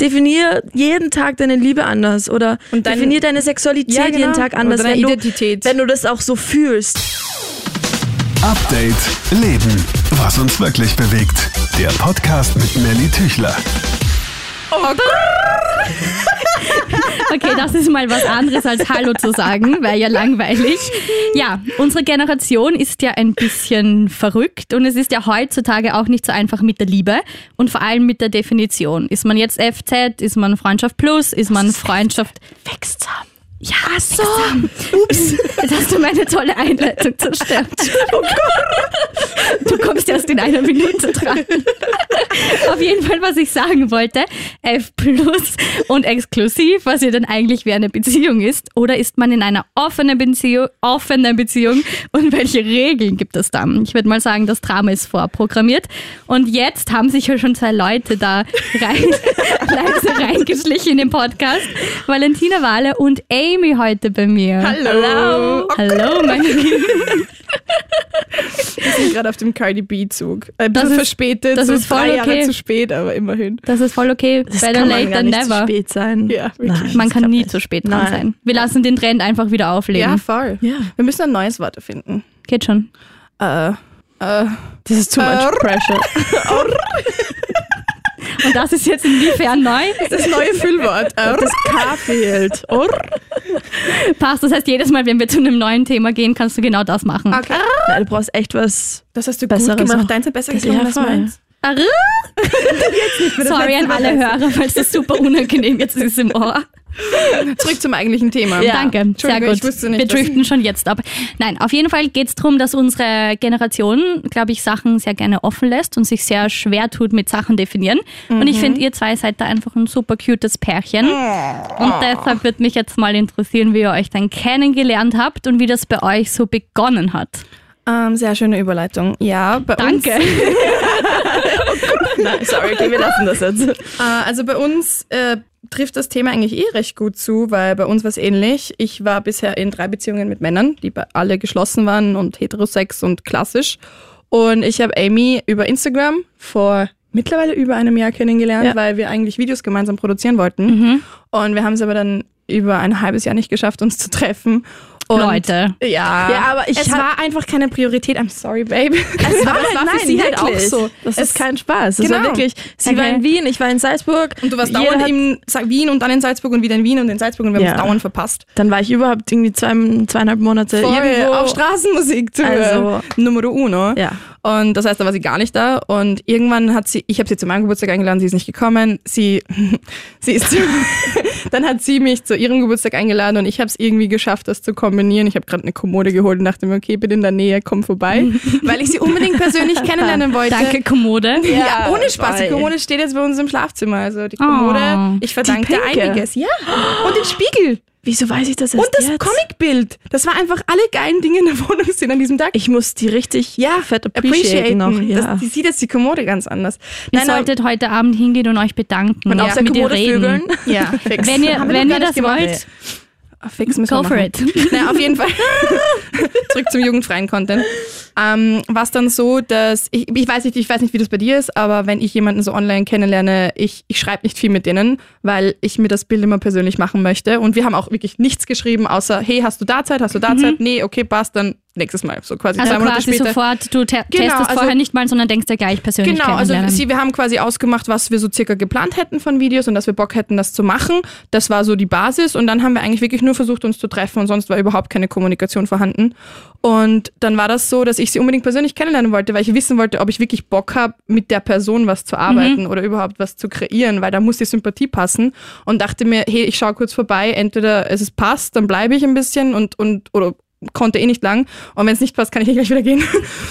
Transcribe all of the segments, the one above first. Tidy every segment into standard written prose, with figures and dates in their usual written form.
definier jeden Tag deine Liebe anders oder definier deine Sexualität jeden Tag anders, oder deine Identität. Wenn du das auch so fühlst. Update Leben. Was uns wirklich bewegt. Der Podcast mit Melly Tüchler. Okay, das ist mal was anderes als Hallo zu sagen, wäre ja langweilig. Ja, unsere Generation ist ja ein bisschen verrückt und es ist ja heutzutage auch nicht so einfach mit der Liebe und vor allem mit der Definition. Ist man jetzt FZ, ist man Freundschaft Plus, ist man Freundschaft... Wegsam. Ja, so. Ups, jetzt hast du meine tolle Einleitung zerstört. Oh Gott. Du kommst erst in einer Minute dran. Auf jeden Fall, was ich sagen wollte, F+ und exklusiv, was ja dann eigentlich wie eine Beziehung ist. Oder ist man in einer offenen Beziehung und welche Regeln gibt es dann? Ich würde mal sagen, das Drama ist vorprogrammiert. Und jetzt haben sich ja schon 2 Leute da leise reingeschlichen in den Podcast. Valentina Wahler und Amy heute bei mir. Hallo. Hallo, meine Lieben. Wir sind gerade auf dem Cardi B-Zug. Ein bisschen verspätet, das so ist voll 3 Jahre okay. zu spät, aber immerhin. Das ist voll okay. Das Better kann late man gar than nicht never. zu spät sein. Ja, wirklich. Nein, Man kann nie nicht. zu spät dran Nein. sein. Wir lassen den Trend einfach wieder aufleben. Ja, voll. Ja. Wir müssen ein neues Wort erfinden. Geht schon. Das ist too much pressure. Und das ist jetzt inwiefern neu? Das neue Füllwort. Das K fehlt. Passt. Das heißt, jedes Mal, wenn wir zu einem neuen Thema gehen, kannst du genau das machen. Okay. Ja, du brauchst echt was. Das hast du Besseres gut gemacht. auch. Deins hat besser Das- geklungen ja, als voll. meins. Sorry an alle Hörer, falls das super unangenehm jetzt ist im Ohr. Zurück zum eigentlichen Thema. Ja. Danke, sehr Entschuldigung, gut. ich wusste nicht, wir dass- driften schon jetzt ab. Nein, auf jeden Fall geht es darum, dass unsere Generation, glaube ich, Sachen sehr gerne offen lässt und sich sehr schwer tut mit Sachen definieren. Und ich finde, ihr 2 seid da einfach ein super cutes Pärchen. Und deshalb würde mich jetzt mal interessieren, wie ihr euch dann kennengelernt habt und wie das bei euch so begonnen hat. Sehr schöne Überleitung. Ja, bei uns. Danke. Nein, sorry, okay, wir lassen das jetzt. Also bei uns trifft das Thema eigentlich recht gut zu, weil bei uns war es ähnlich. Ich war bisher in 3 Beziehungen mit Männern, die alle geschlossen waren und heterosex und klassisch. Und ich habe Amy über Instagram vor mittlerweile über einem Jahr kennengelernt, weil wir eigentlich Videos gemeinsam produzieren wollten. Und wir haben es aber dann über ein halbes Jahr nicht geschafft, uns zu treffen. Und Leute. Ja, aber es war einfach keine Priorität. I'm sorry, babe. Es war, für sie halt auch so. Das ist kein Spaß. Es Genau. war wirklich, sie war in Wien, ich war in Salzburg. Und du warst Jeder dauernd hat- in Wien und dann in Salzburg und wieder in Wien und in Salzburg und wir haben Ja. uns dauernd verpasst. Dann war ich überhaupt irgendwie 2,5 Monate Voll irgendwo. auf Straßenmusik zu Also- Numero uno. Ja. Und das heißt, da war sie gar nicht da. Und irgendwann hat ich habe sie zu meinem Geburtstag eingeladen, sie ist nicht gekommen. Sie ist dann hat sie mich zu ihrem Geburtstag eingeladen und ich habe es irgendwie geschafft, das zu kombinieren. Ich habe gerade eine Kommode geholt und dachte mir, okay, bin in der Nähe, komm vorbei, weil ich sie unbedingt persönlich kennenlernen wollte. Danke, Kommode. Ja, ohne Spaß. Die voll. Kommode steht jetzt bei uns im Schlafzimmer. Also die Kommode, Oh. ich verdanke Die dir pinke. einiges. Ja. Und den Spiegel. Wieso weiß ich das erst Und das jetzt? Comicbild. Das war einfach alle geilen Dinge in der Wohnung sind an diesem Tag. Ich muss die richtig fett appreciaten noch. Ja. Die sieht jetzt die Kommode ganz anders. Ihr Nein, solltet heute Abend hingehen und euch bedanken. Und auf der mit ihr Kommode reden. vögeln. ja, fix. Wenn ihr, Haben wir wenn noch ihr gar das nicht gemacht. wollt, Fix müssen go wir for machen. it. Naja, auf jeden Fall. Zurück zum jugendfreien Content. War es dann so, dass ich weiß nicht, wie das bei dir ist, aber wenn ich jemanden so online kennenlerne, ich schreibe nicht viel mit denen, weil ich mir das Bild immer persönlich machen möchte. Und wir haben auch wirklich nichts geschrieben, außer, hey, hast du da Zeit? Hast du da Zeit? Nee, okay, passt, dann nächstes Mal. So quasi Also 2 Monate quasi später. sofort, du testest also- vorher nicht mal, sondern denkst dir gleich persönlich Genau, also kennenlernen. wir haben quasi ausgemacht, was wir so circa geplant hätten von Videos und dass wir Bock hätten, das zu machen. Das war so die Basis und dann haben wir eigentlich wirklich nur versucht, uns zu treffen und sonst war überhaupt keine Kommunikation vorhanden. Und dann war das so, dass ich sie unbedingt persönlich kennenlernen wollte, weil ich wissen wollte, ob ich wirklich Bock habe, mit der Person was zu arbeiten oder überhaupt was zu kreieren, weil da muss die Sympathie passen und dachte mir, hey, ich schaue kurz vorbei, entweder es passt, dann bleibe ich ein bisschen oder konnte eh nicht lang. Und wenn es nicht passt, kann ich eh gleich wieder gehen.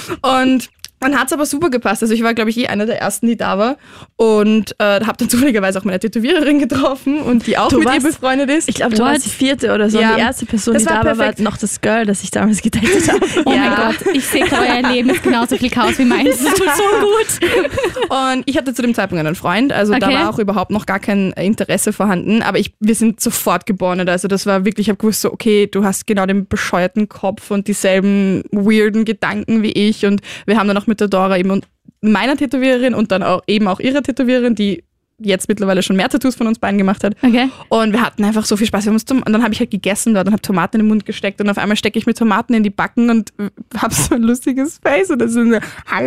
Und dann hat es aber super gepasst. Also ich war, glaube ich, einer der Ersten, die da war. Und habe dann zufälligerweise auch meine Tätowiererin getroffen und die auch mit ihr befreundet ist. Ich glaube, du warst die 4. oder so. Ja. Und die erste Person, Das die war da war, war perfekt. noch das Girl, das ich damals gedatet habe. Oh mein Gott, ich sehe gerade, euer Leben ist genauso viel Chaos wie meins. Das tut so gut. Und ich hatte zu dem Zeitpunkt einen Freund, also da Okay. war auch überhaupt noch gar kein Interesse vorhanden, aber wir sind sofort gebondet, also das war wirklich, ich habe gewusst so, okay, du hast genau den bescheuerten Kopf und dieselben weirden Gedanken wie ich und wir haben dann auch mit der Dora eben und meiner Tätowiererin und dann auch eben auch ihrer Tätowiererin, die jetzt mittlerweile schon mehr Tattoos von uns beiden gemacht hat. Okay. Und wir hatten einfach so viel Spaß. Und dann habe ich halt gegessen dort und habe Tomaten in den Mund gesteckt und auf einmal stecke ich mir Tomaten in die Backen und habe so ein lustiges Face und das ist so und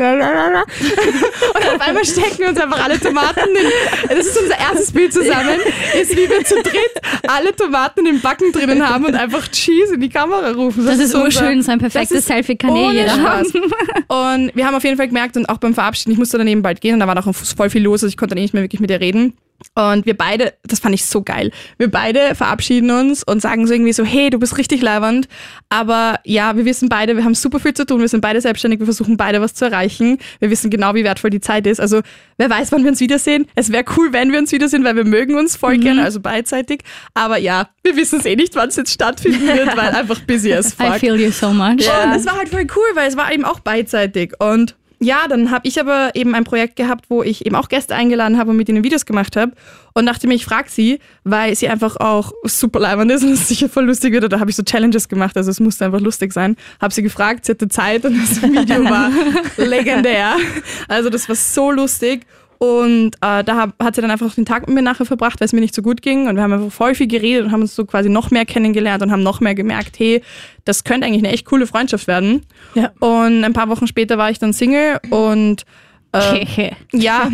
auf einmal stecken wir uns einfach alle Tomaten das ist unser erstes Bild zusammen, ist wie wir zu dritt alle Tomaten in den Backen drinnen haben und einfach Cheese in die Kamera rufen. Das ist urschön, so ein perfektes Selfie kann jeder haben. Und wir haben auf jeden Fall gemerkt und auch beim Verabschieden, ich musste daneben bald gehen und da war noch voll viel los, also ich konnte dann nicht mehr wirklich mit ihr reden. Und wir beide, das fand ich so geil, wir beide verabschieden uns und sagen so irgendwie so, hey, du bist richtig leiwand, aber ja, wir wissen beide, wir haben super viel zu tun, wir sind beide selbstständig, wir versuchen beide was zu erreichen, wir wissen genau, wie wertvoll die Zeit ist, also wer weiß, wann wir uns wiedersehen, es wäre cool, wenn wir uns wiedersehen, weil wir mögen uns voll gerne, also beidseitig, aber ja, wir wissen es eh nicht, wann es jetzt stattfinden wird, weil einfach busy as fuck. I feel you so much. Ja. Und es war halt voll cool, weil es war eben auch beidseitig und ja, dann habe ich aber eben ein Projekt gehabt, wo ich eben auch Gäste eingeladen habe und mit ihnen Videos gemacht habe und dachte mir, ich frage sie, weil sie einfach auch super leibend ist und es sicher voll lustig wird. Da habe ich so Challenges gemacht, also es musste einfach lustig sein. Habe sie gefragt, sie hatte Zeit und das Video war legendär. Also das war so lustig. Und da hat sie dann einfach den Tag mit mir nachher verbracht, weil es mir nicht so gut ging. Und wir haben einfach voll viel geredet und haben uns so quasi noch mehr kennengelernt und haben noch mehr gemerkt, hey, das könnte eigentlich eine echt coole Freundschaft werden. Und ein paar Wochen später war ich dann Single und ja,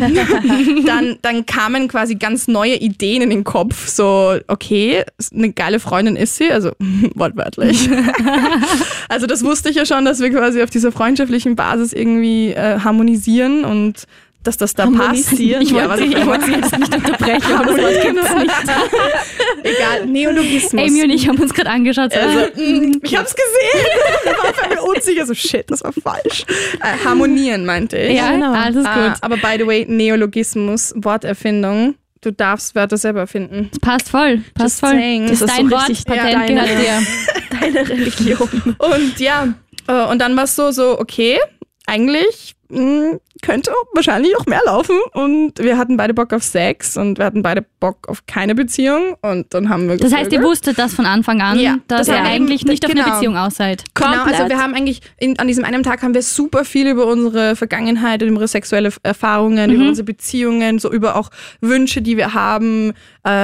dann kamen quasi ganz neue Ideen in den Kopf. So, okay, eine geile Freundin ist sie, also wortwörtlich. Also das wusste ich ja schon, dass wir quasi auf dieser freundschaftlichen Basis irgendwie harmonisieren und dass das da passt. Ich wollte sie jetzt nicht unterbrechen, aber das Wort gibt's nicht. Egal, Neologismus. Amy und ich haben uns gerade angeschaut. Also, ich hab's gesehen. Ich war auf einmal unsicher, so shit, das war falsch. Harmonieren, meinte ich. Ja, genau. Alles gut. Aber by the way, Neologismus, Worterfindung. Du darfst Wörter selber erfinden. Das passt voll. Passt voll. Das ist dein Wort, Patent gehört dir. Deine Religion. Und ja, und dann war es so, okay, eigentlich könnte wahrscheinlich auch mehr laufen und wir hatten beide Bock auf Sex und wir hatten beide Bock auf keine Beziehung und dann haben wir Das heißt, ihr wusstet das von Anfang an, dass ihr eigentlich nicht auf eine Beziehung aus seid. Genau, also wir haben eigentlich, an diesem einen Tag haben wir super viel über unsere Vergangenheit, über unsere sexuelle Erfahrungen, über unsere Beziehungen, so über auch Wünsche, die wir haben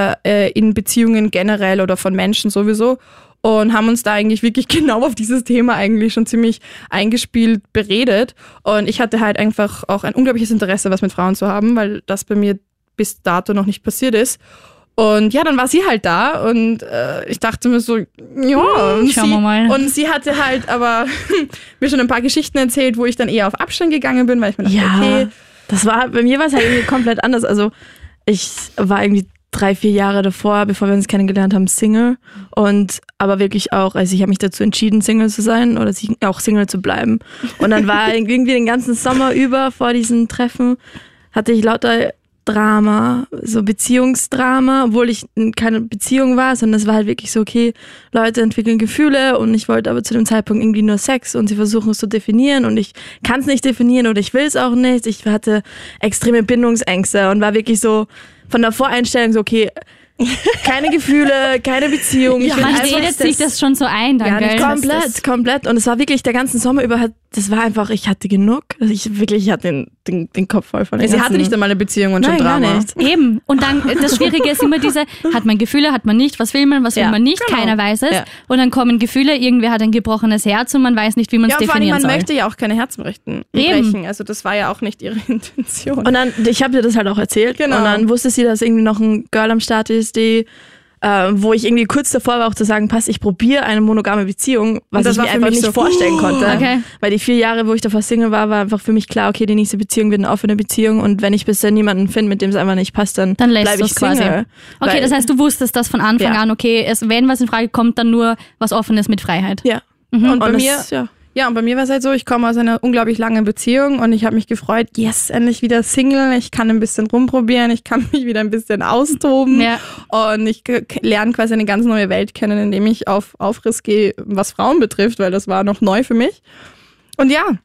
in Beziehungen generell oder von Menschen sowieso. Und haben uns da eigentlich wirklich genau auf dieses Thema eigentlich schon ziemlich eingespielt beredet. Und ich hatte halt einfach auch ein unglaubliches Interesse, was mit Frauen zu haben, weil das bei mir bis dato noch nicht passiert ist. Und ja, dann war sie halt da und ich dachte mir so, ja. Schauen wir mal. Und sie hatte halt aber mir schon ein paar Geschichten erzählt, wo ich dann eher auf Abstand gegangen bin, weil ich mir dachte, okay. Bei mir war es halt irgendwie komplett anders. Also ich war irgendwie 3-4 Jahre davor, bevor wir uns kennengelernt haben, Single. Und aber wirklich auch, also ich habe mich dazu entschieden, Single zu sein oder auch Single zu bleiben. Und dann war irgendwie den ganzen Sommer über vor diesen Treffen, hatte ich lauter Drama, so Beziehungsdrama, obwohl ich in keiner Beziehung war, sondern es war halt wirklich so, okay, Leute entwickeln Gefühle und ich wollte aber zu dem Zeitpunkt irgendwie nur Sex und sie versuchen es zu definieren und ich kann es nicht definieren oder ich will es auch nicht. Ich hatte extreme Bindungsängste und war wirklich so von der Voreinstellung so, okay, keine Gefühle, keine Beziehung. Ja, man redet sich das schon so ein, dann, gell? Komplett. Und es war wirklich der ganzen Sommer über, das war einfach, ich hatte genug. Also ich hatte den Kopf voll von. Sie hatte nicht einmal eine Beziehung und schon Drama. Gar nicht. Eben. Und dann, das Schwierige ist immer hat man Gefühle, hat man nicht, was will man man nicht, genau. Keiner weiß es. Ja. Und dann kommen Gefühle, irgendwer hat ein gebrochenes Herz und man weiß nicht, wie man es definieren soll. Man möchte ja auch keine Herzen brechen. Also das war ja auch nicht ihre Intention. Und dann, ich habe ihr das halt auch erzählt. Genau. Und dann wusste sie, dass irgendwie noch ein Girl am Start ist, wo ich irgendwie kurz davor war auch zu sagen, ich probiere eine monogame Beziehung, was ich mir einfach nicht vorstellen konnte. Okay. Weil die 4 Jahre, wo ich davor Single war einfach für mich klar, okay, die nächste Beziehung wird eine offene Beziehung und wenn ich bisher niemanden finde, mit dem es einfach nicht passt, dann bleibe ich Single. Quasi. Okay, das heißt, du wusstest das von Anfang an, okay, wenn was in Frage kommt, dann nur was Offenes mit Freiheit. Ja. Und bei mir... und bei mir war es halt so, ich komme aus einer unglaublich langen Beziehung und ich habe mich gefreut, yes, endlich wieder Single, ich kann ein bisschen rumprobieren, ich kann mich wieder ein bisschen austoben und ich lerne quasi eine ganz neue Welt kennen, indem ich auf Aufriss gehe, was Frauen betrifft, weil das war noch neu für mich. Und ja,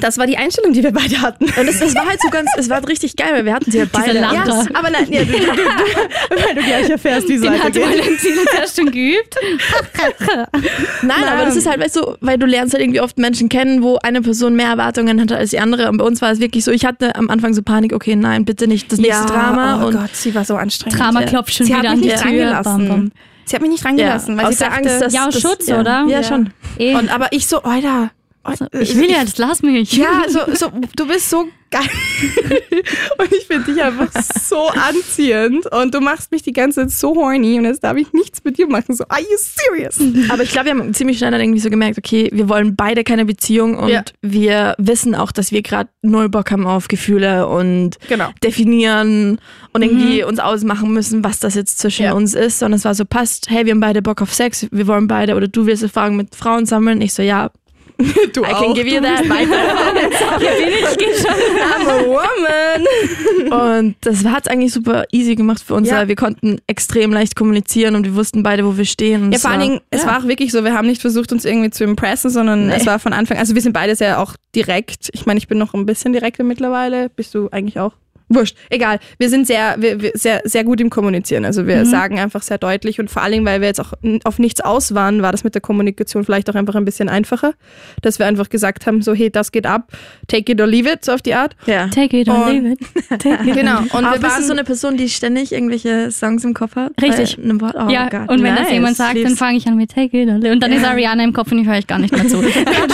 Das war die Einstellung, die wir beide hatten. Und das war halt so es war richtig geil, weil wir hatten sie halt beide. Ja, aber nein, ja, weil du gleich erfährst, wie es weitergeht. Valentina zuerst schon geübt. Nein, aber das ist halt, weißt du, weil du lernst halt irgendwie oft Menschen kennen, wo eine Person mehr Erwartungen hatte als die andere. Und bei uns war es wirklich so, ich hatte am Anfang so Panik, okay, nein, bitte nicht das nächste Drama. Oh und Gott, sie war so anstrengend. Drama klopft schon Sie wieder hat an mich die nicht Tür. rangelassen. Bam, bam. Sie hat mich nicht rangelassen, weil aus sie der dachte, Angst, dass Ja, aus Schutz, oder? Ja, schon. Aber ich so, Alter. Ich will jetzt, lass mich. Ja, so, du bist so geil. Und ich finde dich einfach so anziehend. Und du machst mich die ganze Zeit so horny. Und jetzt darf ich nichts mit dir machen. So, are you serious? Aber ich glaube, wir haben ziemlich schnell dann irgendwie so gemerkt, okay, wir wollen beide keine Beziehung und wir wissen auch, dass wir gerade null Bock haben auf Gefühle und definieren und irgendwie uns ausmachen müssen, was das jetzt zwischen uns ist. Und es war so, passt, hey, wir haben beide Bock auf Sex, wir wollen beide, oder du willst Erfahrung mit Frauen sammeln. Ich so, ja, Du I can give you that. Ich gehe schon. I'm a woman. Und das hat es eigentlich super easy gemacht für uns, weil wir konnten extrem leicht kommunizieren und wir wussten beide, wo wir stehen. Und ja, vor allen Dingen, es war auch wirklich so, wir haben nicht versucht, uns irgendwie zu impressen, sondern es war von Anfang, also wir sind beide sehr auch direkt. Ich meine, ich bin noch ein bisschen direkter mittlerweile. Bist du eigentlich auch? Wurscht, egal. Wir sind sehr gut im Kommunizieren. Also wir sagen einfach sehr deutlich und vor allem, weil wir jetzt auch auf nichts aus waren, war das mit der Kommunikation vielleicht auch einfach ein bisschen einfacher, dass wir einfach gesagt haben, so hey, das geht ab, take it or leave it, so auf die Art. Ja. Take it or leave it. Genau. Und aber wir bist du waren so eine Person, die ständig irgendwelche Songs im Kopf hat? Richtig. Bei einem Wort? Oh Ja, Gott. und wenn das jemand sagt, dann fange ich an mit Take it or leave it. Und dann ist Ariana im Kopf und ich höre ich gar nicht mehr zu. und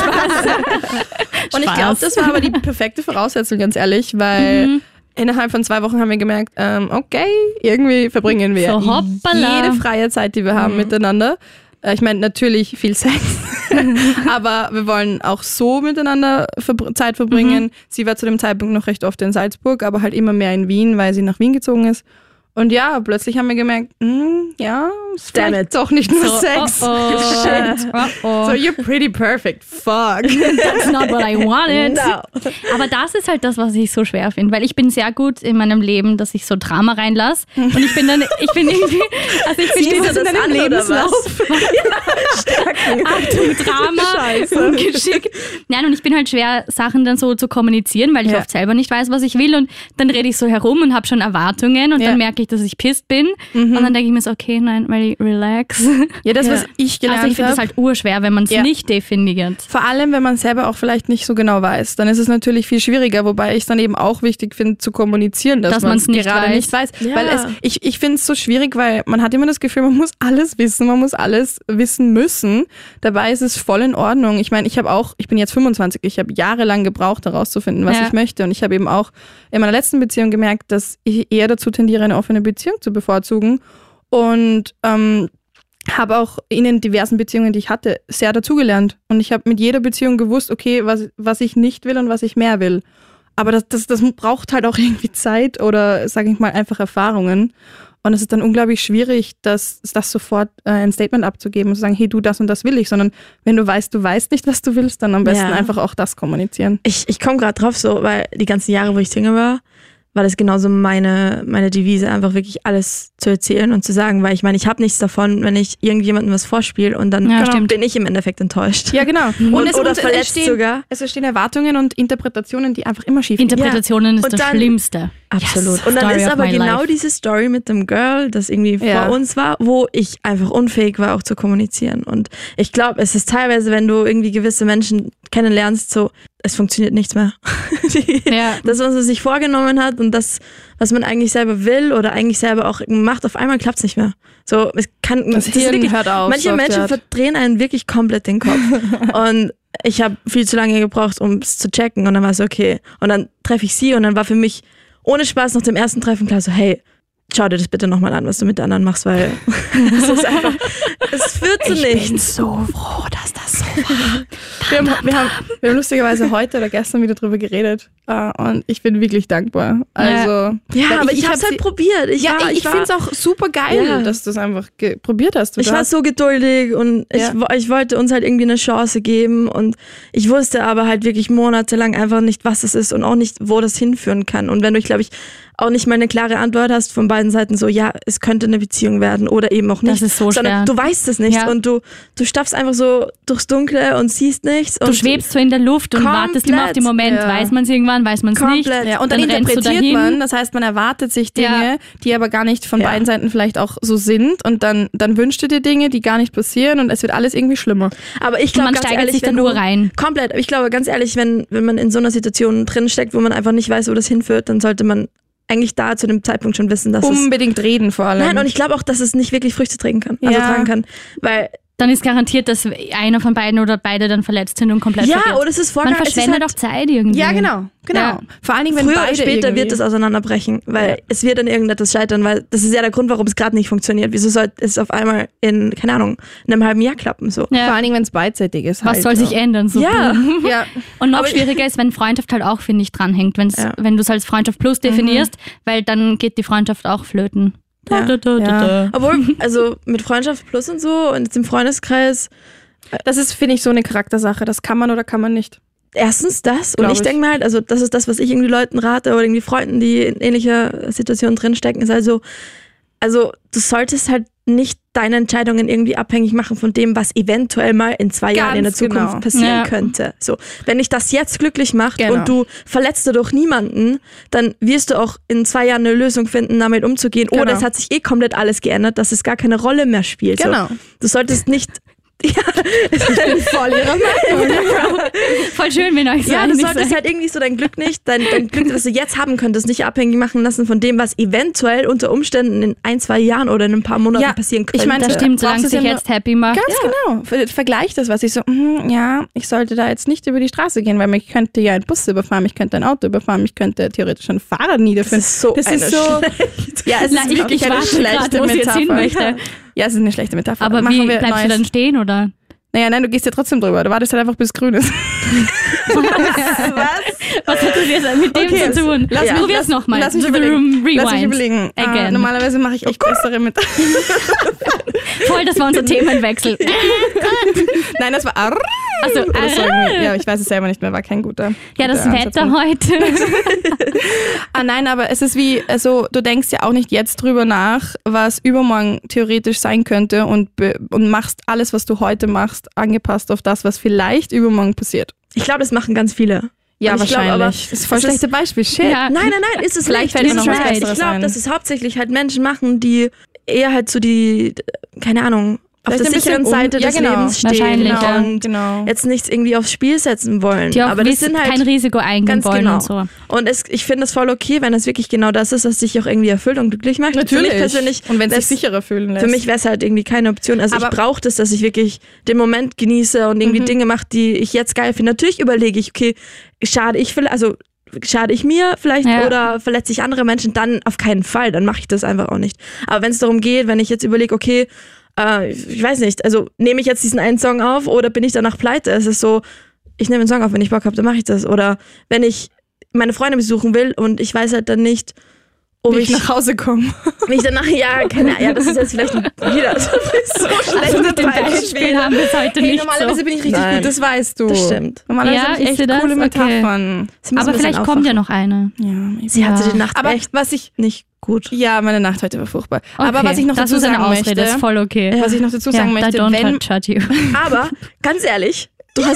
ich glaube, das war aber die perfekte Voraussetzung, ganz ehrlich, weil innerhalb von 2 Wochen haben wir gemerkt, okay, irgendwie verbringen wir So, hoppala. jede freie Zeit, die wir haben miteinander. Ich meine, natürlich viel Sex, aber wir wollen auch so miteinander Zeit verbringen. Sie war zu dem Zeitpunkt noch recht oft in Salzburg, aber halt immer mehr in Wien, weil sie nach Wien gezogen ist. Und ja, plötzlich haben wir gemerkt, es ist doch nicht nur Sex. Shit. So, you're pretty perfect. Fuck. That's not what I wanted. No. Aber das ist halt das, was ich so schwer finde, weil ich bin sehr gut in meinem Leben, dass ich so Drama reinlasse. Und ich bin irgendwie, also ich bin das in deinem Lebenslauf. Achtung, Drama, ungeschickt. Nein, und ich bin halt schwer, Sachen dann so zu kommunizieren, weil ich oft selber nicht weiß, was ich will. Und dann rede ich so herum und habe schon Erwartungen und dann merke ich, dass ich pisst bin. Und dann denke ich mir so, okay, nein, weil relax. Ja, das, was ich gelernt habe. Also ich finde das halt urschwer, wenn man es nicht definiert. Vor allem, wenn man selber auch vielleicht nicht so genau weiß, dann ist es natürlich viel schwieriger, wobei ich es dann eben auch wichtig finde, zu kommunizieren, dass man es gerade nicht weiß. Ja. Weil ich finde es so schwierig, weil man hat immer das Gefühl, man muss alles wissen, man muss alles wissen müssen. Dabei ist es voll in Ordnung. Ich meine, ich bin jetzt 25, ich habe jahrelang gebraucht, herauszufinden, was ich möchte. Und ich habe eben auch in meiner letzten Beziehung gemerkt, dass ich eher dazu tendiere, eine offene Beziehung zu bevorzugen. Und habe auch in den diversen Beziehungen, die ich hatte, sehr dazugelernt. Und ich habe mit jeder Beziehung gewusst, okay, was ich nicht will und was ich mehr will. Aber das braucht halt auch irgendwie Zeit oder, sage ich mal, einfach Erfahrungen. Und es ist dann unglaublich schwierig, das sofort ein Statement abzugeben und zu sagen, hey, du, das und das will ich. Sondern wenn du weißt nicht, was du willst, dann am besten einfach auch das kommunizieren. Ich komme gerade drauf so, weil die ganzen Jahre, wo ich Single war das genauso meine Devise, einfach wirklich alles zu erzählen und zu sagen, weil ich meine, ich habe nichts davon, wenn ich irgendjemandem was vorspiele und dann bin ich im Endeffekt enttäuscht. Ja, genau. Oder verletzt sogar. Es entstehen Erwartungen und Interpretationen, die einfach immer schief gehen. Interpretationen ist Und das dann- Schlimmste. Absolut. Yes. Und dann Story ist of aber my genau life. diese Story mit dem Girl, das irgendwie vor uns war, wo ich einfach unfähig war, auch zu kommunizieren. Und ich glaube, es ist teilweise, wenn du irgendwie gewisse Menschen kennenlernst, so, es funktioniert nichts mehr. Das, was man sich vorgenommen hat und das, was man eigentlich selber will oder eigentlich selber auch macht, auf einmal klappt es nicht mehr. So, es kann, Das Hirn wirklich, hört auf. manche so Menschen verdrehen einen wirklich komplett den Kopf. Und ich habe viel zu lange gebraucht, um es zu checken. Und dann war es okay. Und dann treffe ich sie und dann war für mich ohne Spaß nach dem ersten Treffen klar so, hey, schau dir das bitte nochmal an, was du mit der anderen machst, weil es ist einfach, es führt zu nichts. Ich bin so froh, dass das so war. Wir haben lustigerweise heute oder gestern wieder drüber geredet und ich bin wirklich dankbar. Also, Ja, aber ich habe hab es halt sie- probiert. Ich finde es auch super geil, Ja. dass du es einfach probiert hast. Ich war so geduldig und ich wollte uns halt irgendwie eine Chance geben und ich wusste aber halt wirklich monatelang einfach nicht, was es ist und auch nicht, wo das hinführen kann. Und wenn du, glaube ich, auch nicht mal eine klare Antwort hast von beiden Seiten, so ja, es könnte eine Beziehung werden oder eben auch nicht. Das ist so sondern schwer. du weißt es nicht Ja. und du stapfst einfach so durchs Dunkle und siehst nichts. Du und schwebst so in der Luft und wartest immer auf den Moment. Ja. Weiß man es irgendwann, weiß man es nicht. Komplett. Ja, und dann Dann rennst du interpretiert dahin. man, das heißt, man erwartet sich Dinge, die aber gar nicht von Ja. beiden Seiten vielleicht auch so sind und dann wünschst du dir Dinge, die gar nicht passieren und es wird alles irgendwie schlimmer. Aber ich Und glaube, man ganz steigert ehrlich, sich dann wenn nur du rein. komplett, ich glaube, ganz ehrlich, wenn man in so einer Situation drinsteckt, wo man einfach nicht weiß, wo das hinführt, dann sollte man eigentlich da zu dem Zeitpunkt schon wissen, dass Unbedingt reden vor allem. Nein, und ich glaube auch, dass es nicht wirklich Früchte tragen kann. Ja. Also tragen kann. Weil, Dann ist garantiert, dass einer von beiden oder beide dann verletzt sind und komplett ja, verwirrt. oder es ist Man vorgegangen. verschwendet auch Zeit irgendwie. ja, genau. Ja. Vor allen Dingen, wenn Früher beide oder später irgendwie wird es auseinanderbrechen, weil es wird an irgendetwas scheitern, weil das ist ja der Grund, warum es gerade nicht funktioniert. Wieso soll es auf einmal in, keine Ahnung, in einem halben Jahr klappen? So. Ja. Vor allen Dingen, wenn es beidseitig ist. Was halt, soll sich ja. ändern? So Ja. Ja. Und noch Aber- schwieriger ist, wenn Freundschaft halt auch, finde ich, dranhängt. Ja. Wenn du es als Freundschaft plus definierst, weil dann geht die Freundschaft auch flöten. Ja. Ja. Obwohl, also mit Freundschaft plus und so und jetzt im Freundeskreis, Das ist, finde ich, so eine Charaktersache. Das kann man oder kann man nicht. erstens das und Glaub ich ich. denke mir halt, also das ist das, was ich irgendwie Leuten rate oder irgendwie Freunden, die in ähnlicher Situation drinstecken, ist also du solltest halt nicht deine Entscheidungen irgendwie abhängig machen von dem, was eventuell mal in 2 Jahren in der Ganz Zukunft genau. passieren Ja. könnte. So, wenn dich das jetzt glücklich macht Genau. und du verletzt dadurch niemanden, dann wirst du auch in 2 Jahren eine Lösung finden, damit umzugehen. Genau. Oder es hat sich komplett alles geändert, dass es gar keine Rolle mehr spielt. Genau. So, du solltest nicht Voll ihrer Meinung. Voll schön, wenn euch so Ja, du einig solltest seid. halt irgendwie so dein Glück nicht, dein Glück, das du jetzt haben könntest, nicht abhängig machen lassen von dem, was eventuell unter Umständen in 1, 2 Jahren oder in ein paar Monaten Ja, passieren ich könnte. meine, Das stimmt, solange brauchst es du sich ja jetzt happy macht. Ganz genau. Vergleich das, was ich so, ja, ich sollte da jetzt nicht über die Straße gehen, weil ich könnte ja einen Bus überfahren, ich könnte ein Auto überfahren, ich könnte theoretisch ein Fahrrad niederführen. Das ist so das eine ist so ja, es ist wirklich eine warte schlechte grad, wo sie jetzt hin Metapher. möchte. Ja, es ist eine schlechte Metapher. Aber Machen wie wir bleibst du Neues. dann stehen, oder? Naja, nein, du gehst ja trotzdem drüber. Du wartest halt einfach, bis grün ist. Was hat das jetzt mit dem Okay, zu tun? lass mich- Probier's nochmal. Lass mich überlegen. Lass mich überlegen. Again. Normalerweise mache ich echt bessere mit. Voll, das war unser Themenwechsel. Nein, das war Also, oder so irgendwie. Ja, ich weiß es selber nicht mehr, war kein guter. ja, das guter Wetter Ansatz. heute. Nein, aber es ist wie, also du denkst ja auch nicht jetzt drüber nach, was übermorgen theoretisch sein könnte und machst alles, was du heute machst, angepasst auf das, was vielleicht übermorgen passiert. Ich glaube, das machen ganz viele. Ja, Und ich glaub, aber wahrscheinlich. Das ist voll es ist- schlechte Beispiel. Shit. Ja. Nein, ist es Vielleicht nicht. fällt mir Ist noch es was nicht. Besseres Ich glaube, ein. dass es hauptsächlich halt Menschen machen, die eher halt so die, keine Ahnung, auf Vielleicht der ein bisschen sicheren Seite ja, des genau. Lebens stehen Wahrscheinlich, ja. und Genau. jetzt nichts irgendwie aufs Spiel setzen wollen. Die auch aber das sind halt kein Risiko eingehen ganz wollen genau. und so. Und ich finde es voll okay, wenn es wirklich genau das ist, was dich auch irgendwie erfüllt und glücklich macht. Natürlich. Für mich persönlich, Und wenn es sich wär's- sicherer fühlen lässt. für mich wäre es halt irgendwie keine Option. Also Aber- ich brauche das, dass ich wirklich den Moment genieße und irgendwie Dinge mache, die ich jetzt geil finde. Natürlich überlege ich, okay, schade ich mir vielleicht Ja. oder verletze ich andere Menschen, dann auf keinen Fall, dann mache ich das einfach auch nicht. Aber wenn es darum geht, wenn ich jetzt überlege, okay, ich weiß nicht, also nehme ich jetzt diesen einen Song auf oder bin ich danach pleite? Es ist so, ich nehme einen Song auf, wenn ich Bock habe, dann mache ich das. Oder wenn ich meine Freunde besuchen will und ich weiß halt dann nicht, ob wie ich ich nach Hause komme. mich danach, ja, das ist jetzt vielleicht wieder so schlechte Mit dem Beispiel haben wir es heute Hey, nicht normalerweise so. bin ich richtig Nein. gut, das weißt du. Das stimmt. Normalerweise Ja, habe ich ist sie echt das? coole Okay. Metaphern. Sie muss Aber ein bisschen vielleicht kommt ja aufwachen. noch eine. Ja, Sie hatte die Nacht aber echt was ich nicht gut. ja, meine Nacht heute war furchtbar. Aber Okay, was ich noch das dazu ist eine sagen Ausrede, möchte, ist voll okay. was ich noch dazu sagen ja, möchte, I don't wenn judge you. Aber ganz ehrlich,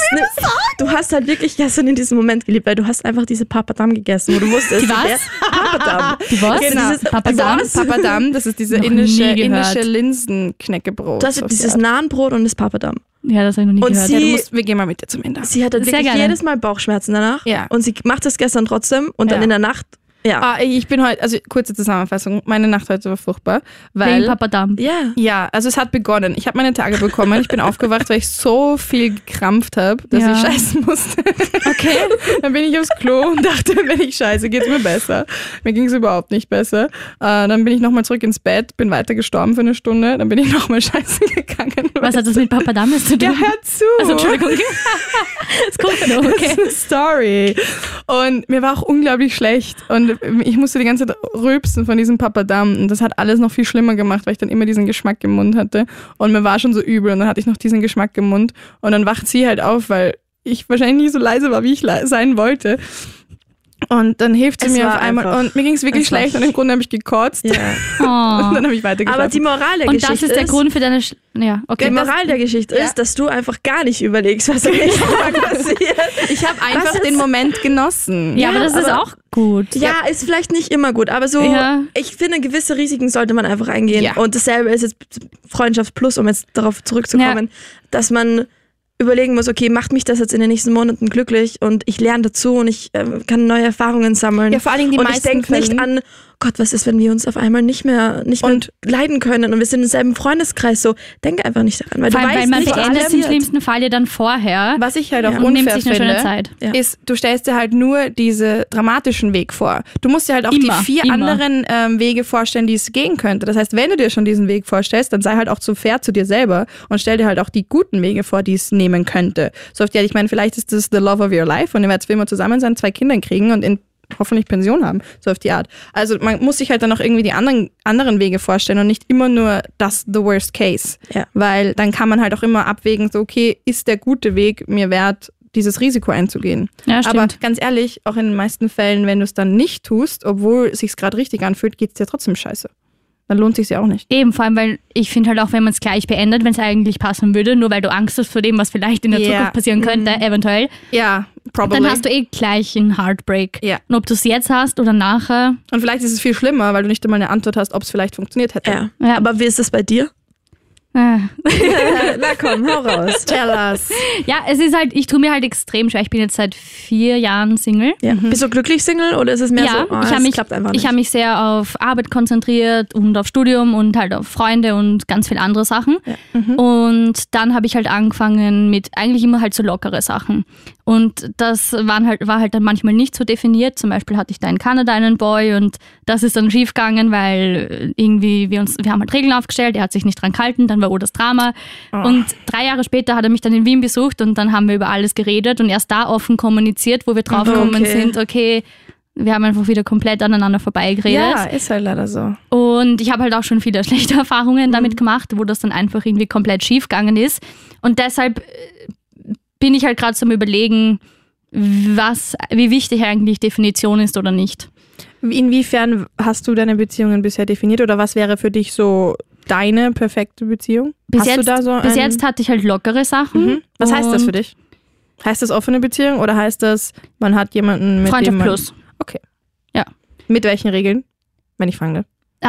du hast halt wirklich gestern in diesem Moment geliebt, weil du hast einfach diese Papadam gegessen, wo du wusstest. Die was? Papadam. Die was? Genau. Papadam? Papadam, das ist diese Noch indische nie gehört. Linsenknäckebrot. Du hast halt dieses Nahenbrot und das Papadam. Ja, das habe ich noch nie Und gehört. sie- Wir gehen mal mit dir zum Inder. Sie hat halt Sehr wirklich gerne. jedes Mal Bauchschmerzen danach. Ja. Und sie macht das gestern trotzdem und dann Ja. in der Nacht, ja. Ich bin heute, also kurze Zusammenfassung, meine Nacht heute war furchtbar, Wegen weil Papadam. Ja. ja, also es hat begonnen. Ich habe meine Tage bekommen. Ich bin aufgewacht, weil ich so viel gekrampft habe, dass Ja. ich scheißen musste. Okay. Dann bin ich aufs Klo und dachte, wenn ich scheiße, geht's mir besser. Mir ging es überhaupt nicht besser. Dann bin ich nochmal zurück ins Bett, bin weiter gestorben für eine Stunde. Dann bin ich nochmal scheißen gegangen. Was hat das mit Papadam zu tun? Ja, hör zu. Also, Entschuldigung. Das kommt noch, Das okay. ist eine Story. Und mir war auch unglaublich schlecht. Und ich musste die ganze Zeit rülpsen von diesem Papadam. Und das hat alles noch viel schlimmer gemacht, weil ich dann immer diesen Geschmack im Mund hatte. Und mir war schon so übel. Und dann hatte ich noch diesen Geschmack im Mund. Und dann wacht sie halt auf, weil ich wahrscheinlich nie so leise war, wie ich sein wollte. Und dann hilft sie Es mir war auf einmal. einfach- Und mir ging es wirklich es war- schlecht und im Grunde habe ich gekotzt. Ja. Oh. Und dann habe ich weitergeschlafen. Aber die Moral der Und Geschichte das ist der Grund für deine... Ja, okay. Die Moral der Geschichte ist, dass du einfach gar nicht überlegst, was am nächsten Tag passiert. ich habe einfach ist- den Moment genossen. Ja, aber das ist aber- auch gut. Ja, ist vielleicht nicht immer gut, aber so, Ja. ich finde, gewisse Risiken sollte man einfach eingehen. Ja. Und dasselbe ist jetzt Freundschaft plus, um jetzt darauf zurückzukommen, dass man überlegen muss, okay, macht mich das jetzt in den nächsten Monaten glücklich und ich lerne dazu und ich kann neue Erfahrungen sammeln. Ja, vor allen Dingen die und ich meisten denke nicht Fällen- an, Gott, was ist, wenn wir uns auf einmal nicht mehr Und- leiden können und wir sind im selben Freundeskreis, so, denke einfach nicht daran, weil Vor du allem, weißt weil man nicht, was beendet es im passiert. schlimmsten Fall ja dann vorher Was ich halt auch und nimmt unfair sich eine finde, schöne Zeit. Ja. ist, du stellst dir halt nur diese dramatischen Weg vor. Du musst dir halt auch Immer, die 4 immer. anderen Wege vorstellen, die es gehen könnte. Das heißt, wenn du dir schon diesen Weg vorstellst, dann sei halt auch so fair zu dir selber und stell dir halt auch die guten Wege vor, die es nehmen könnte. So oft, ja, ich meine, vielleicht ist das the love of your life und ihr werdet für immer zusammen sein, 2 Kinder kriegen und hoffentlich Pension haben, so auf die Art. Also man muss sich halt dann auch irgendwie die anderen Wege vorstellen und nicht immer nur das the worst case. Ja. Weil dann kann man halt auch immer abwägen, so okay, ist der gute Weg mir wert, dieses Risiko einzugehen. Ja, stimmt. Aber ganz ehrlich, auch in den meisten Fällen, wenn du es dann nicht tust, obwohl es sich gerade richtig anfühlt, geht es dir trotzdem scheiße. Dann lohnt es sich ja auch nicht. Eben, vor allem, weil ich finde halt auch, wenn man es gleich beendet, wenn es eigentlich passen würde, nur weil du Angst hast vor dem, was vielleicht in der Ja. Zukunft passieren könnte, eventuell, Ja, probably. dann hast du gleich einen Heartbreak. Ja. Und ob du es jetzt hast oder nachher, Und vielleicht ist es viel schlimmer, weil du nicht einmal eine Antwort hast, ob es vielleicht funktioniert hätte. Ja. Ja. Aber wie ist das bei dir? Na komm, hau raus. Tell us. ja, es ist halt, ich tue mir halt extrem schwer. Ich bin jetzt seit 4 Jahren Single. Ja. Bist du glücklich Single oder ist es mehr Ja, so, ich habe mich, klappt einfach nicht? ich hab mich sehr auf Arbeit konzentriert und auf Studium und halt auf Freunde und ganz viele andere Sachen. Und dann habe ich halt angefangen mit eigentlich immer halt so lockere Sachen. Und das war halt dann manchmal nicht so definiert. Zum Beispiel hatte ich da in Kanada einen Boy und das ist dann schief gegangen, weil irgendwie wir haben halt Regeln aufgestellt, er hat sich nicht dran gehalten, dann war das Drama. Und 3 Jahre später hat er mich dann in Wien besucht und dann haben wir über alles geredet und erst da offen kommuniziert, wo wir draufgekommen sind, okay, wir haben einfach wieder komplett aneinander vorbeigeredet. Ja, ist halt leider so. Und ich habe halt auch schon viele schlechte Erfahrungen damit gemacht, wo das dann einfach irgendwie komplett schief gegangen ist. Und deshalb bin ich halt gerade zum Überlegen, wie wichtig eigentlich Definition ist oder nicht. Inwiefern hast du deine Beziehungen bisher definiert oder was wäre für dich so deine perfekte Beziehung? Bis Hast du da so bis ein- jetzt hatte ich halt lockere Sachen. Mhm. Was heißt das für Und dich? Heißt das offene Beziehung oder heißt das, man hat jemanden mit Freundschaft dem man... plus. Okay. Ja. Mit welchen Regeln? Wenn ich fragen darf.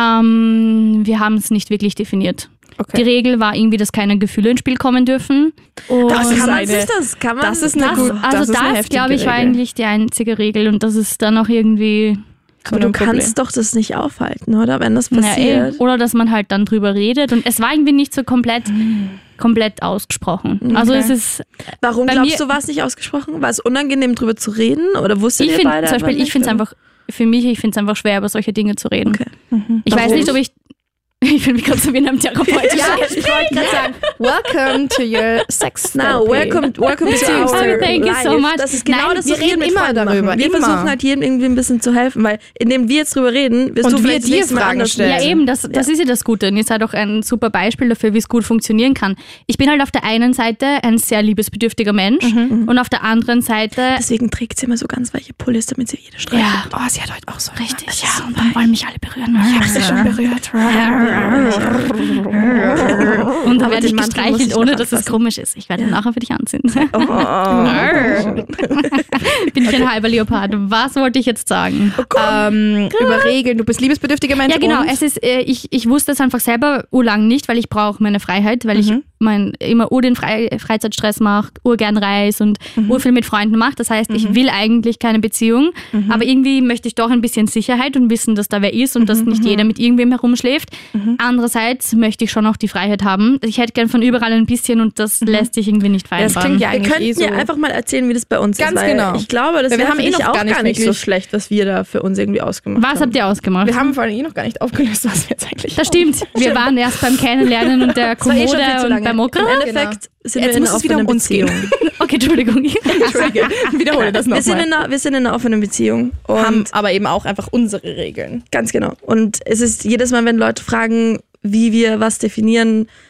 Wir haben es nicht wirklich definiert. Okay. Die Regel war irgendwie, dass keine Gefühle ins Spiel kommen dürfen. Und Das ist kann man eine- sich das? Kann man das ist eine das? gute- das also ist eine das, heftige glaube ich, war Regel. eigentlich die einzige Regel und das ist dann auch irgendwie... Aber du kannst doch das nicht aufhalten, oder? Wenn das Ja, passiert. oder dass man halt dann drüber redet und es war irgendwie nicht so komplett ausgesprochen. Also es ist, Warum bei glaubst mir- du, war es nicht ausgesprochen? War es unangenehm, drüber zu reden? Oder wusstet ich ihr finde beide zum Beispiel, einfach ich finde es nicht, einfach, für mich, ich finde es einfach schwer, über solche Dinge zu reden. Okay. Ich weiß Warum? nicht, ob ich fühle mich gerade so wie in einem Therapeut. Ja, ich wollte gerade sagen, welcome to your sex Now, welcome to our Thank you so life. much. Das ist genau Nein, das, wir was wir reden mit immer Freunden darüber, machen. Wir immer. versuchen halt jedem irgendwie ein bisschen zu helfen, weil indem wir jetzt drüber reden, wirst Und du wir vielleicht das dir nächste Mal Fragen anders stellen. Ja, eben, das ist ja das Gute. Und ihr seid auch ein super Beispiel dafür, wie es gut funktionieren kann. Ich bin halt auf der einen Seite ein sehr liebesbedürftiger Mensch und auf der anderen Seite... Deswegen trägt sie immer so ganz weiche Pullis, damit sie jede streichelt. Ja, Oh, sie hat heute auch so richtig. Ja, und dann wollen mich alle berühren. sie schon berührt. Und dann Aber werde ich den Mantel muss gestreichelt, ich ohne noch dass es anfassen. komisch ist. Ich werde ihn nachher für dich anziehen. Oh. Bin ich ein halber Leopard. Was wollte ich jetzt sagen? Über Regeln, du bist liebesbedürftiger Mensch. Ja, genau. und? Es ist, ich wusste es einfach selber urlang nicht, weil ich brauche meine Freiheit, weil ich immer den Freizeitstress mache, urgern reise und urviel mit Freunden mache. Das heißt, ich will eigentlich keine Beziehung, aber irgendwie möchte ich doch ein bisschen Sicherheit und wissen, dass da wer ist und dass nicht jeder mit irgendwem herumschläft. Andererseits möchte ich schon auch die Freiheit haben. Ich hätte gern von überall ein bisschen und das lässt sich irgendwie nicht das vereinbaren. klingt ja Wir eigentlich könnten so. ja einfach mal erzählen, wie das bei uns Ganz ist. Weil genau. Ich glaube, das Weil wir wäre haben für eh dich noch auch gar nicht nicht so wirklich- schlecht, was wir da für uns irgendwie ausgemacht haben. Was habt ihr ausgemacht? Wir haben vor allem noch gar nicht aufgelöst, was wir jetzt eigentlich Das stimmt. Wir waren erst beim Kennenlernen und der Das war eh schon viel Kommode zu und lange. beim Okra. Im Endeffekt sind Jetzt wir in muss einer es wieder offenen um uns gehen. Beziehung. Okay, Entschuldigung. Entschuldige, wiederhole das Wir sind, nochmal. wir sind in einer offenen Beziehung. Haben Und aber eben auch einfach unsere Regeln. ganz genau. Und es ist jedes Mal, wenn Leute fragen, wie wir was definieren,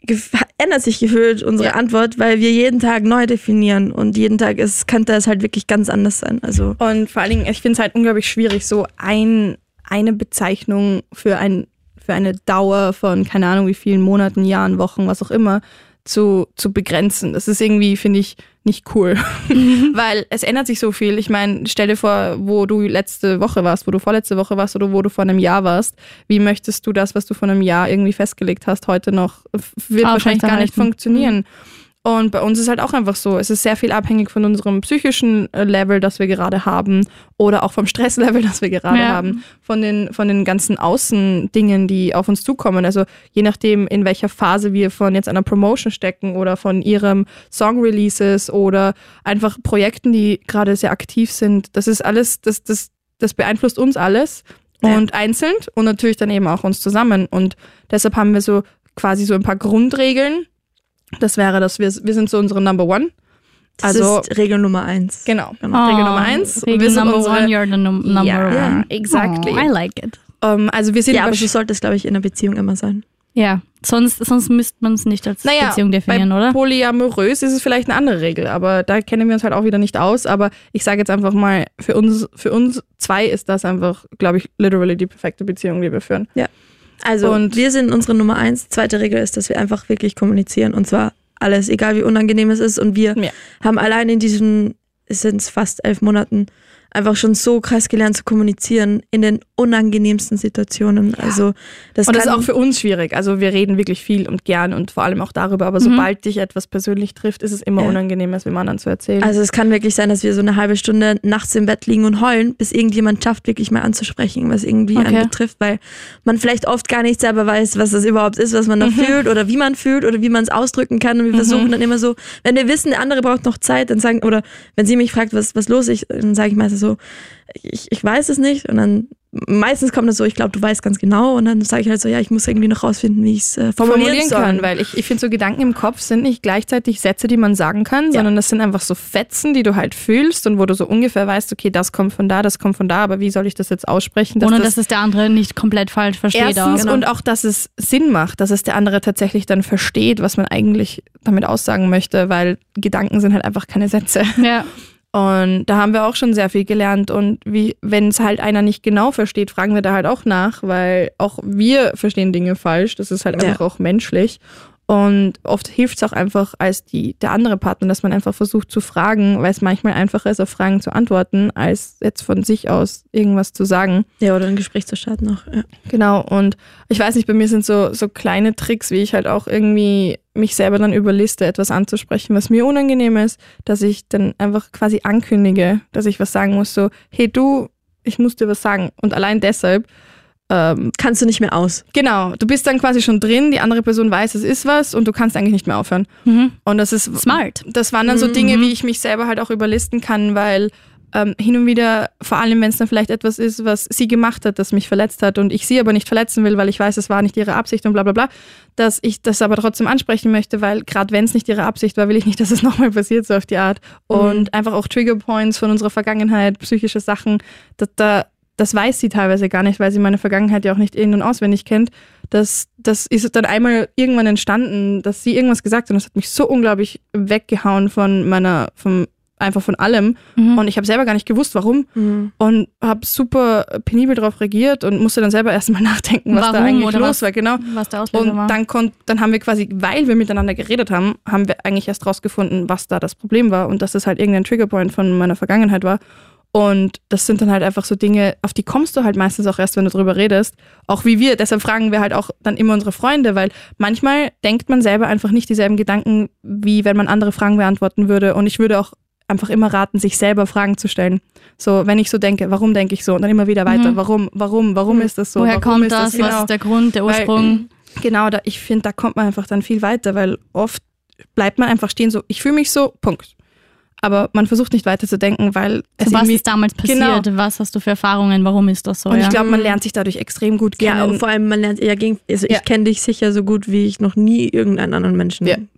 ändert sich gefühlt unsere Antwort, weil wir jeden Tag neu definieren und jeden Tag könnte es halt wirklich ganz anders sein. Also und vor allen Dingen, ich finde es halt unglaublich schwierig, so eine Bezeichnung für eine Dauer von keine Ahnung wie vielen Monaten, Jahren, Wochen, was auch immer, zu begrenzen. Das ist irgendwie, finde ich, nicht cool. Weil es ändert sich so viel. Ich meine, stell dir vor, wo du letzte Woche warst, wo du vorletzte Woche warst oder wo du vor einem Jahr warst. Wie möchtest du das, was du vor einem Jahr irgendwie festgelegt hast, heute noch, wird wahrscheinlich gar nicht funktionieren. Und bei uns ist halt auch einfach so, es ist sehr viel abhängig von unserem psychischen Level, das wir gerade haben oder auch vom Stresslevel, das wir gerade haben, von den ganzen Außendingen, die auf uns zukommen. Also je nachdem, in welcher Phase wir von jetzt einer Promotion stecken oder von ihrem Song-Releases oder einfach Projekten, die gerade sehr aktiv sind, das ist alles, das beeinflusst uns alles und einzeln und natürlich dann eben auch uns zusammen. Und deshalb haben wir so quasi so ein paar Grundregeln. Das wäre, dass wir sind so unsere Number One. Das ist Regel Nummer 1. Genau. Regel Nummer 1. Regel Number One, you're the number one. Ja, exactly. I like it. Also wir sind aber so sollte es, glaube ich, in einer Beziehung immer sein. Ja, sonst müsste man es nicht als Beziehung definieren, bei oder? Polyamorös ist es vielleicht eine andere Regel, aber da kennen wir uns halt auch wieder nicht aus. Aber ich sage jetzt einfach mal, für uns zwei ist das einfach, glaube ich, literally die perfekte Beziehung, die wir führen. Ja. Also wir sind unsere Nummer 1. Zweite Regel ist, dass wir einfach wirklich kommunizieren und zwar alles, egal wie unangenehm es ist. Und wir haben allein in diesen, es sind fast 11 Monaten, einfach schon so krass gelernt zu kommunizieren in den unangenehmsten Situationen. Ja. Also das ist auch für uns schwierig. Also wir reden wirklich viel und gern und vor allem auch darüber. Aber sobald dich etwas persönlich trifft, ist es immer unangenehm, es dem anderen zu erzählen. Also es kann wirklich sein, dass wir so eine halbe Stunde nachts im Bett liegen und heulen, bis irgendjemand schafft, wirklich mal anzusprechen, was irgendwie einen betrifft, weil man vielleicht oft gar nicht selber weiß, was das überhaupt ist, was man da fühlt oder wie man es ausdrücken kann. Und wir versuchen dann immer so, wenn wir wissen, der andere braucht noch Zeit, dann sagen, oder wenn sie mich fragt, was los ist, dann sage ich meistens so, ich weiß es nicht und dann meistens kommt das so, ich glaube, du weißt ganz genau und dann sage ich halt so, ja, ich muss irgendwie noch rausfinden, wie ich es formulieren kann. Weil ich finde so Gedanken im Kopf sind nicht gleichzeitig Sätze, die man sagen kann, sondern das sind einfach so Fetzen, die du halt fühlst und wo du so ungefähr weißt, okay, das kommt von da, aber wie soll ich das jetzt aussprechen? Ohne dass es der andere nicht komplett falsch versteht. Erstens und auch, dass es Sinn macht, dass es der andere tatsächlich dann versteht, was man eigentlich damit aussagen möchte, weil Gedanken sind halt einfach keine Sätze. Ja. Und da haben wir auch schon sehr viel gelernt und wenn es halt einer nicht genau versteht, fragen wir da halt auch nach, weil auch wir verstehen Dinge falsch, das ist halt einfach auch menschlich und oft hilft es auch einfach als der andere Partner, dass man einfach versucht zu fragen, weil es manchmal einfacher ist, auf Fragen zu antworten, als jetzt von sich aus irgendwas zu sagen. Ja, oder ein Gespräch zu starten noch. Ja. Genau und ich weiß nicht, bei mir sind so kleine Tricks, wie ich halt auch irgendwie mich selber dann überliste, etwas anzusprechen, was mir unangenehm ist, dass ich dann einfach quasi ankündige, dass ich was sagen muss, so, hey du, ich muss dir was sagen. Und allein deshalb kannst du nicht mehr aus. Genau, du bist dann quasi schon drin, die andere Person weiß, es ist was und du kannst eigentlich nicht mehr aufhören. Und das ist smart. Das waren dann so Dinge, wie ich mich selber halt auch überlisten kann, weil hin und wieder, vor allem wenn es dann vielleicht etwas ist, was sie gemacht hat, das mich verletzt hat und ich sie aber nicht verletzen will, weil ich weiß, es war nicht ihre Absicht und bla bla bla, dass ich das aber trotzdem ansprechen möchte, weil gerade wenn es nicht ihre Absicht war, will ich nicht, dass es nochmal passiert, so auf die Art. Und einfach auch Triggerpoints von unserer Vergangenheit, psychische Sachen, das weiß sie teilweise gar nicht, weil sie meine Vergangenheit ja auch nicht in- und auswendig kennt. Das ist dann einmal irgendwann entstanden, dass sie irgendwas gesagt hat und das hat mich so unglaublich weggehauen einfach von allem. Und ich habe selber gar nicht gewusst, warum. Und habe super penibel darauf reagiert und musste dann selber erstmal nachdenken, was da eigentlich los war. Genau. Was der Auslöser war. Dann haben wir quasi, weil wir miteinander geredet haben, haben wir eigentlich erst rausgefunden, was da das Problem war und dass das halt irgendein Triggerpoint von meiner Vergangenheit war. Und das sind dann halt einfach so Dinge, auf die kommst du halt meistens auch erst, wenn du drüber redest. Auch wie wir. Deshalb fragen wir halt auch dann immer unsere Freunde, weil manchmal denkt man selber einfach nicht dieselben Gedanken, wie wenn man andere Fragen beantworten würde. Und ich würde auch einfach immer raten, sich selber Fragen zu stellen. So, wenn ich so denke, warum denke ich so? Und dann immer wieder weiter. Warum ist das so? Woher kommt das? Genau. Was ist der Grund, der Ursprung? Ich finde, da kommt man einfach dann viel weiter, weil oft bleibt man einfach stehen so, ich fühle mich so, Punkt. Aber man versucht nicht weiter zu denken, weil was ist damals passiert? Genau. Was hast du für Erfahrungen? Warum ist das so? Und ich glaube, man lernt sich dadurch extrem gut kennen. Ja, und vor allem man lernt ich kenne dich sicher so gut, wie ich noch nie irgendeinen anderen Menschen. Ja, same.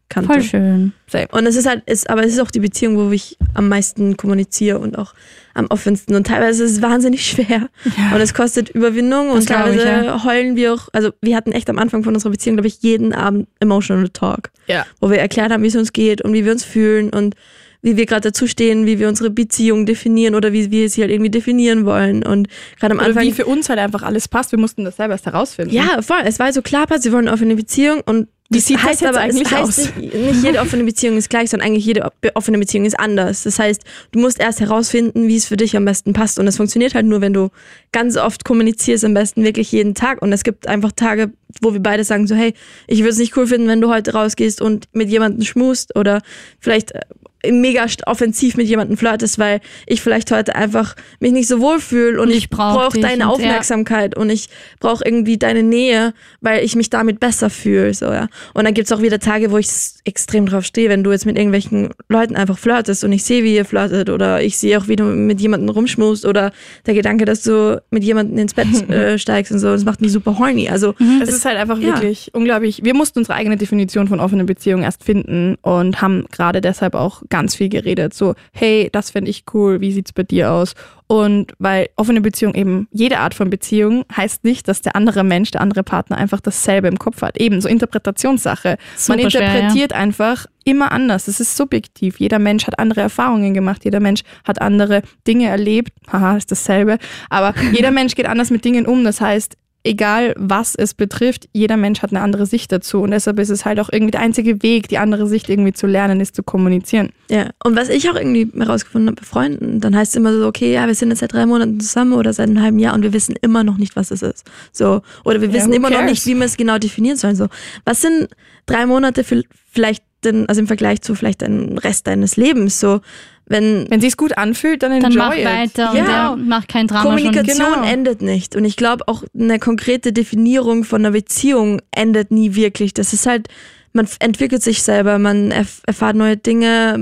kannte. Voll schön. Und es ist auch die Beziehung, wo ich am meisten kommuniziere und auch am offensten. Und teilweise ist es wahnsinnig schwer. Ja. Und es kostet Überwindung. Und teilweise heulen wir auch. Also wir hatten echt am Anfang von unserer Beziehung, glaube ich, jeden Abend Emotional Talk. Ja. Wo wir erklärt haben, wie es uns geht und wie wir uns fühlen und wie wir gerade dazu stehen, wie wir unsere Beziehung definieren oder wie wir sie halt irgendwie definieren wollen. Und gerade am Anfang. Oder wie für uns halt einfach alles passt. Wir mussten das selber erst herausfinden. Ja, voll. Es war so klar, wir wollen auf eine Beziehung und wie sieht das jetzt eigentlich aus? Nicht jede offene Beziehung ist gleich, sondern eigentlich jede offene Beziehung ist anders. Das heißt, du musst erst herausfinden, wie es für dich am besten passt. Und das funktioniert halt nur, wenn du ganz oft kommunizierst, am besten wirklich jeden Tag. Und es gibt einfach Tage, wo wir beide sagen so, hey, ich würde es nicht cool finden, wenn du heute rausgehst und mit jemandem schmust oder vielleicht mega offensiv mit jemandem flirtest, weil ich vielleicht heute einfach mich nicht so wohl fühle und ich brauche deine Aufmerksamkeit und ich brauche irgendwie deine Nähe, weil ich mich damit besser fühle. So, ja. Und dann gibt's auch wieder Tage, wo ich extrem drauf stehe, wenn du jetzt mit irgendwelchen Leuten einfach flirtest und ich sehe, wie ihr flirtet oder ich sehe auch, wie du mit jemandem rumschmust oder der Gedanke, dass du mit jemandem ins Bett steigst und so, das macht mich super horny. Also es ist halt einfach wirklich unglaublich. Wir mussten unsere eigene Definition von offenen Beziehungen erst finden und haben gerade deshalb auch ganz viel geredet. So, hey, das fände ich cool, wie sieht's bei dir aus? Und weil offene Beziehung eben, jede Art von Beziehung heißt nicht, dass der andere Mensch, der andere Partner einfach dasselbe im Kopf hat. Eben, so Interpretationssache. Man interpretiert einfach immer anders. Es ist subjektiv. Jeder Mensch hat andere Erfahrungen gemacht. Jeder Mensch hat andere Dinge erlebt. Haha, ist dasselbe. Aber jeder Mensch geht anders mit Dingen um. Das heißt, egal was es betrifft, jeder Mensch hat eine andere Sicht dazu und deshalb ist es halt auch irgendwie der einzige Weg, die andere Sicht irgendwie zu lernen, ist zu kommunizieren. Ja, und was ich auch irgendwie herausgefunden habe bei Freunden, dann heißt es immer so, okay, ja, wir sind jetzt seit 3 Monaten zusammen oder seit einem halben Jahr und wir wissen immer noch nicht, was es ist. So, oder wir wissen immer noch nicht, wie wir es genau definieren sollen. So, was sind 3 Monate vielleicht denn, also im Vergleich zu vielleicht dem Rest deines Lebens, so, wenn sich's gut anfühlt, dann enjoy mach weiter und mach kein Drama. Kommunikation endet nicht. Und ich glaube auch eine konkrete Definierung von einer Beziehung endet nie wirklich. Das ist halt, man entwickelt sich selber, man erfahrt neue Dinge,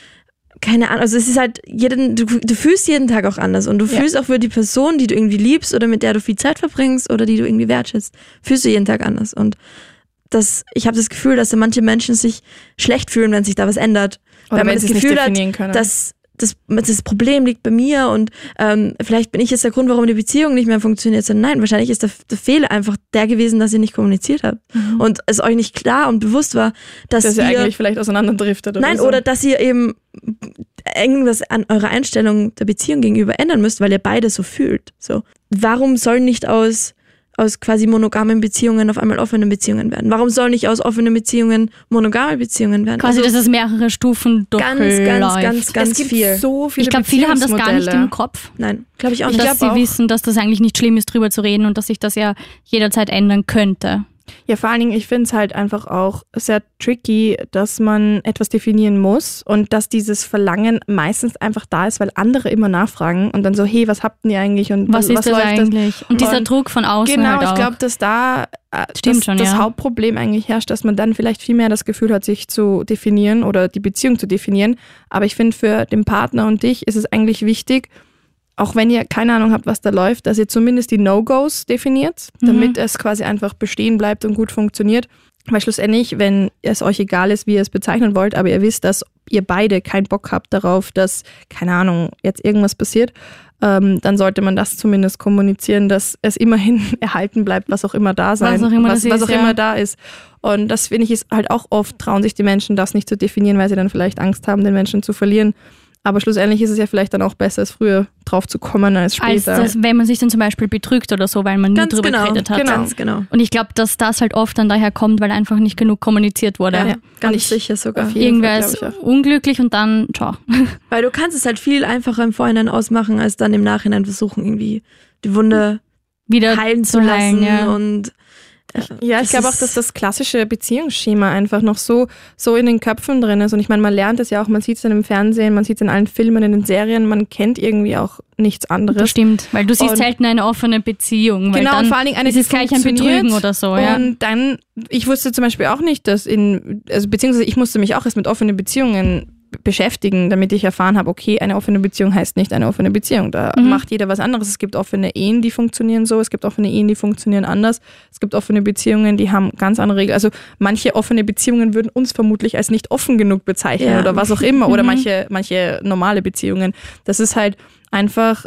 keine Ahnung, also es ist halt, du fühlst jeden Tag auch anders und du fühlst auch für die Person, die du irgendwie liebst oder mit der du viel Zeit verbringst oder die du irgendwie wertschätzt, fühlst du jeden Tag anders. Und ich habe das Gefühl, dass manche Menschen sich schlecht fühlen, wenn sich da was ändert. Oder wenn man das Gefühl hat, dass das Problem liegt bei mir und vielleicht bin ich jetzt der Grund, warum die Beziehung nicht mehr funktioniert. Nein, wahrscheinlich ist der Fehler einfach der gewesen, dass ihr nicht kommuniziert habt und es euch nicht klar und bewusst war, dass ihr eigentlich vielleicht auseinanderdriftet oder so. Oder dass ihr eben irgendwas an eurer Einstellung der Beziehung gegenüber ändern müsst, weil ihr beide so fühlt. So. Warum soll nicht aus quasi monogamen Beziehungen auf einmal offene Beziehungen werden? Warum sollen nicht aus offenen Beziehungen monogame Beziehungen werden? Quasi, dass es mehrere Stufen durchläuft. Ganz es gibt viel. So viele ich glaube, viele haben das gar nicht im Kopf. Nein, glaube ich auch nicht. Dass sie wissen, dass das eigentlich nicht schlimm ist, drüber zu reden und dass sich das ja jederzeit ändern könnte. Ja, vor allen Dingen, ich finde es halt einfach auch sehr tricky, dass man etwas definieren muss und dass dieses Verlangen meistens einfach da ist, weil andere immer nachfragen und dann so, hey, was habt ihr eigentlich und was ist das eigentlich? Das? Und dieser Druck von außen genau, halt auch. Ich glaube, dass da das Hauptproblem eigentlich herrscht, dass man dann vielleicht viel mehr das Gefühl hat, sich zu definieren oder die Beziehung zu definieren. Aber ich finde, für den Partner und dich ist es eigentlich wichtig, auch wenn ihr keine Ahnung habt, was da läuft, dass ihr zumindest die No-Gos definiert, damit es quasi einfach bestehen bleibt und gut funktioniert. Weil schlussendlich, wenn es euch egal ist, wie ihr es bezeichnen wollt, aber ihr wisst, dass ihr beide keinen Bock habt darauf, dass, keine Ahnung, jetzt irgendwas passiert, dann sollte man das zumindest kommunizieren, dass es immerhin erhalten bleibt, was auch immer da sein, was auch immer da ist. Und das, finde ich, ist halt auch oft, trauen sich die Menschen, das nicht zu definieren, weil sie dann vielleicht Angst haben, den Menschen zu verlieren. Aber schlussendlich ist es ja vielleicht dann auch besser, als früher drauf zu kommen als später. Als wenn man sich dann zum Beispiel betrügt oder so, weil man nie drüber geredet hat. Ganz genau. Und ich glaube, dass das halt oft dann daher kommt, weil einfach nicht genug kommuniziert wurde. Ja, ganz sicher sogar. Irgendwer ist unglücklich und dann, ciao. Weil du kannst es halt viel einfacher im Vorhinein ausmachen, als dann im Nachhinein versuchen, irgendwie die Wunde wieder heilen zu lassen. Und ja, ich glaube auch, dass das klassische Beziehungsschema einfach noch so in den Köpfen drin ist. Und ich meine, man lernt es ja auch, man sieht es dann im Fernsehen, man sieht es in allen Filmen, in den Serien, man kennt irgendwie auch nichts anderes. Das stimmt, weil du siehst selten eine offene Beziehung. Weil genau, dann und vor allen Dingen eine, die gleich ein Betrügen oder so. Ja. Und dann, ich wusste zum Beispiel auch nicht, dass beziehungsweise ich musste mich auch erst mit offenen Beziehungen beschäftigen, damit ich erfahren habe, okay, eine offene Beziehung heißt nicht eine offene Beziehung. Da macht jeder was anderes. Es gibt offene Ehen, die funktionieren so, es gibt offene Ehen, die funktionieren anders. Es gibt offene Beziehungen, die haben ganz andere Regeln. Also manche offene Beziehungen würden uns vermutlich als nicht offen genug bezeichnen oder was auch immer. Oder manche normale Beziehungen. Das ist halt einfach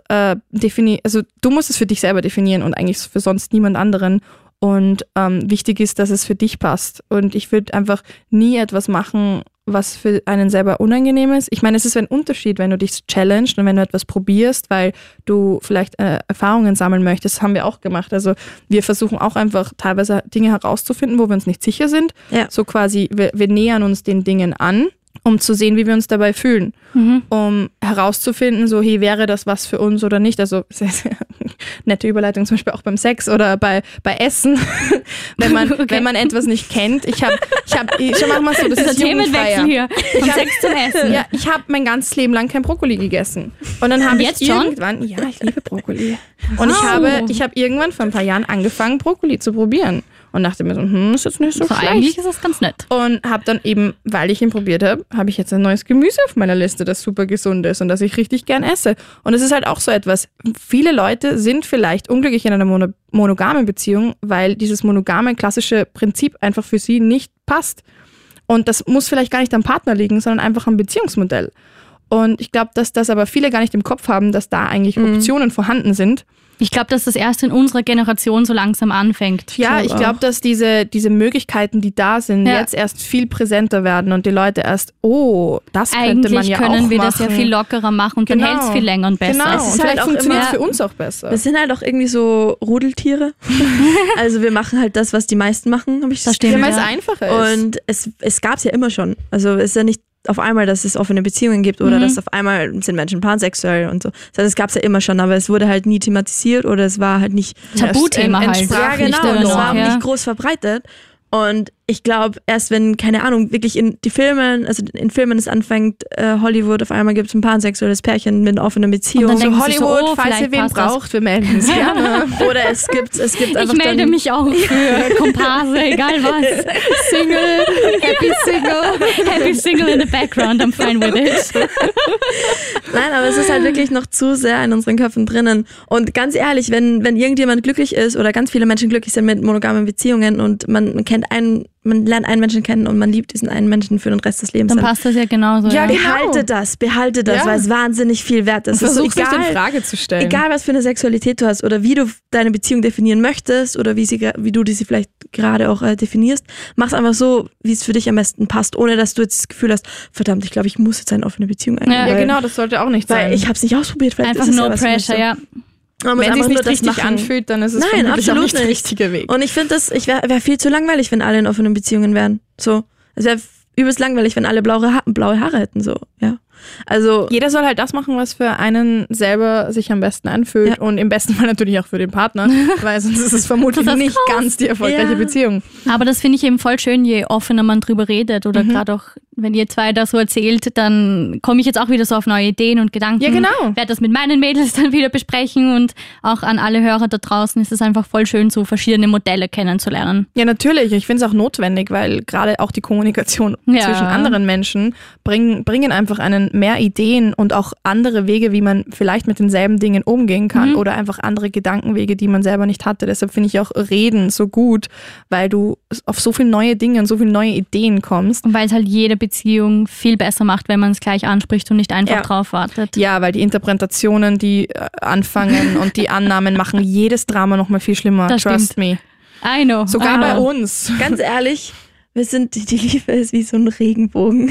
also du musst es für dich selber definieren und eigentlich für sonst niemand anderen. Und wichtig ist, dass es für dich passt. Und ich würde einfach nie etwas machen, was für einen selber unangenehm ist. Ich meine, es ist ein Unterschied, wenn du dich challengest und wenn du etwas probierst, weil du vielleicht Erfahrungen sammeln möchtest. Das haben wir auch gemacht. Also wir versuchen auch einfach teilweise Dinge herauszufinden, wo wir uns nicht sicher sind. Ja. So quasi, wir nähern uns den Dingen an, um zu sehen, wie wir uns dabei fühlen. Um herauszufinden, so, hey, wäre das was für uns oder nicht? Also sehr, sehr nette Überleitung, zum Beispiel auch beim Sex oder bei Essen, wenn man etwas nicht kennt. Ich mach mal so, das ist Themenwechsel hier, vom Sex zum Essen. Ja, ich habe mein ganzes Leben lang kein Brokkoli gegessen. Und dann habe ich irgendwann, ich liebe Brokkoli. Und ich habe irgendwann vor ein paar Jahren angefangen, Brokkoli zu probieren. Und dachte mir so, ist jetzt nicht so schlecht. Eigentlich ist das ganz nett. Und habe dann eben, weil ich ihn probiert habe, habe ich jetzt ein neues Gemüse auf meiner Liste, das super gesund ist und das ich richtig gern esse. Und es ist halt auch so etwas, viele Leute sind vielleicht unglücklich in einer monogamen Beziehung, weil dieses monogame klassische Prinzip einfach für sie nicht passt. Und das muss vielleicht gar nicht am Partner liegen, sondern einfach am Beziehungsmodell. Und ich glaube, dass das aber viele gar nicht im Kopf haben, dass da eigentlich Optionen vorhanden sind. Ich glaube, dass das erst in unserer Generation so langsam anfängt. Ja, ich glaube, dass diese Möglichkeiten, die da sind, jetzt erst viel präsenter werden und die Leute erst, das könnte man ja auch machen. Eigentlich können wir das ja viel lockerer machen und dann hält es viel länger und besser. Genau, und vielleicht funktioniert es für uns auch besser. Wir sind halt auch irgendwie so Rudeltiere. Also wir machen halt das, was die meisten machen, habe ich das Gefühl. Weil es einfacher ist. Und es gab es ja immer schon. Also es ist ja nicht auf einmal, dass es offene Beziehungen gibt oder dass auf einmal sind Menschen pansexuell und so. Das heißt, es gab es ja immer schon, aber es wurde halt nie thematisiert oder es war halt nicht Tabuthema halt. Ja, genau, und es war nicht groß verbreitet. Und ich glaube, erst wenn, keine Ahnung, wirklich in Filmen es anfängt, Hollywood, auf einmal gibt es ein pansexuelles Pärchen mit einer offenen Beziehung. Und dann Hollywood, falls ihr wen braucht, wir melden es gerne. Oder es gibt einfach Ich melde mich auch für Komparse, egal was. Single, happy single in the background, I'm fine with it. Nein, aber es ist halt wirklich noch zu sehr in unseren Köpfen drinnen. Und ganz ehrlich, wenn irgendjemand glücklich ist oder ganz viele Menschen glücklich sind mit monogamen Beziehungen und man lernt einen Menschen kennen und man liebt diesen einen Menschen für den Rest des Lebens. Dann passt das ja genauso. Ja, behalte das, weil es wahnsinnig viel wert ist. Versuch dich in Frage zu stellen. Egal, was für eine Sexualität du hast oder wie du deine Beziehung definieren möchtest oder wie du sie vielleicht gerade auch definierst, mach's einfach so, wie es für dich am besten passt, ohne dass du jetzt das Gefühl hast, verdammt, ich glaube, ich muss jetzt eine offene Beziehung eingehen. Ja, genau, das sollte auch nicht sein. Weil ich habe es nicht ausprobiert. Einfach no pressure, ja. Wenn es sich nicht richtig anfühlt, dann ist es vermutlich auch nicht der richtige Weg. Und ich finde ich wäre viel zu langweilig, wenn alle in offenen Beziehungen wären. So, es wäre übelst langweilig, wenn alle blaue Haare hätten, so, ja. Also jeder soll halt das machen, was für einen selber sich am besten anfühlt und im besten Fall natürlich auch für den Partner, weil sonst ist es vermutlich nicht ganz die erfolgreiche Beziehung. Aber das finde ich eben voll schön, je offener man drüber redet oder gerade auch, wenn ihr zwei das so erzählt, dann komme ich jetzt auch wieder so auf neue Ideen und Gedanken. Ja, genau. Werde das mit meinen Mädels dann wieder besprechen und auch an alle Hörer da draußen ist es einfach voll schön, so verschiedene Modelle kennenzulernen. Ja, natürlich. Ich finde es auch notwendig, weil gerade auch die Kommunikation zwischen anderen Menschen bringen einfach mehr Ideen und auch andere Wege, wie man vielleicht mit denselben Dingen umgehen kann oder einfach andere Gedankenwege, die man selber nicht hatte. Deshalb finde ich auch Reden so gut, weil du auf so viele neue Dinge und so viele neue Ideen kommst. Und weil es halt jede Beziehung viel besser macht, wenn man es gleich anspricht und nicht einfach drauf wartet. Ja, weil die Interpretationen, die anfangen und die Annahmen machen jedes Drama noch mal viel schlimmer. Das Trust stimmt. me. I know. Sogar bei uns. Ganz ehrlich, die Liebe ist wie so ein Regenbogen.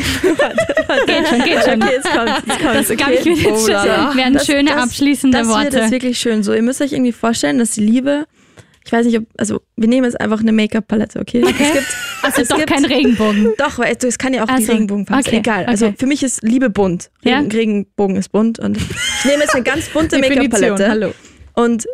Geht schon. Okay, jetzt kommt's. Das glaube ich jetzt wären schöne abschließende Worte. Das ist wirklich schön so. Ihr müsst euch irgendwie vorstellen, dass die Liebe, ich weiß nicht, wir nehmen jetzt einfach eine Make-up-Palette, okay? Es gibt keinen Regenbogen. Doch, weil es kann ja auch die Regenbogenfarbe sein. Egal. Also für mich ist Liebe bunt. Ja? Regenbogen ist bunt und ich nehme jetzt eine ganz bunte Make-up-Palette. Hallo. Und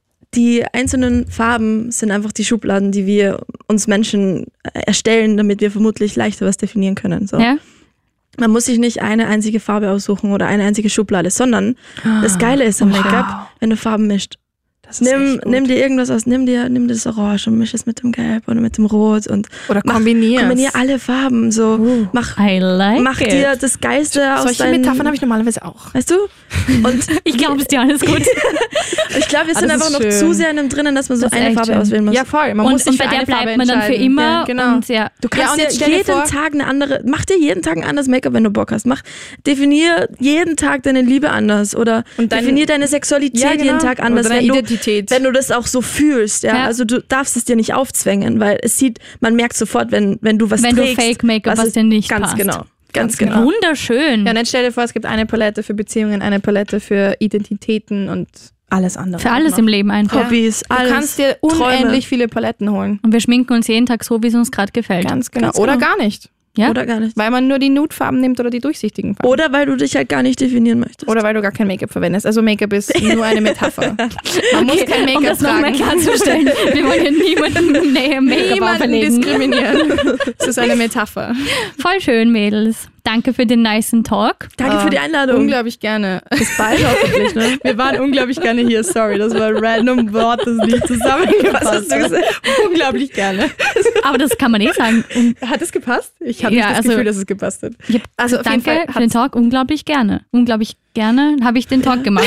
die einzelnen Farben sind einfach die Schubladen, die wir uns Menschen erstellen, damit wir vermutlich leichter was definieren können. So. Ja? Man muss sich nicht eine einzige Farbe aussuchen oder eine einzige Schublade, sondern das Geile ist am Make-up, wenn du Farben mischt. Nimm dir irgendwas aus, nimm dir das Orange und misch es mit dem Gelb oder mit dem Rot und oder kombinier alle Farben. So, mach dir das Geilste aus Solche Metaphern habe ich normalerweise auch. Weißt du? Und ich glaube, es dir alles gut. Ich glaube, wir sind einfach noch zu sehr in dem drinnen, dass man so eine Farbe auswählen muss. Ja, voll. Man muss sich bei für der eine Farbe bleibt man dann für entscheiden. immer. Ja, genau. Und du kannst dir jeden Tag eine andere, mach dir jeden Tag ein anderes Make-up, wenn du Bock hast. Definier jeden Tag deine Liebe anders oder definier deine Sexualität jeden Tag anders, oder deine Identität. Wenn du das auch so fühlst. Ja? Also du darfst es dir nicht aufzwängen, weil man merkt sofort, wenn du was trägst. Wenn du Fake-Make-up, was dir nicht passt. Ganz genau. Wunderschön. Ja, und jetzt stell dir vor, es gibt eine Palette für Beziehungen, eine Palette für Identitäten und alles andere. Für alles im Leben einfach. Hobbys, alles. Du kannst dir unendlich viele Paletten holen. Und wir schminken uns jeden Tag so, wie es uns gerade gefällt. Ganz genau. Oder gar nicht. Ja? Oder gar nicht. Weil man nur die Nude-Farben nimmt oder die durchsichtigen Farben. Oder weil du dich halt gar nicht definieren möchtest. Oder weil du gar kein Make-up verwendest. Also Make-up ist nur eine Metapher. Man muss kein Make-up um das tragen. nochmal klarzustellen. Wir wollen niemanden Make-up auferlegen. Diskriminieren. Es ist eine Metapher. Voll schön, Mädels. Danke für den nicen Talk. Danke für die Einladung. Unglaublich gerne. Bis bald hoffentlich, ne? Wir waren unglaublich gerne hier. Sorry, das war ein random Wort, das nicht zusammengepasst hat. Was hast du gesagt? Unglaublich gerne. Aber das kann man sagen. Hat es gepasst? Ich habe nicht das Gefühl, dass es gepasst hat. Also danke für den Talk. Unglaublich gerne. Unglaublich gerne habe ich den Talk gemacht.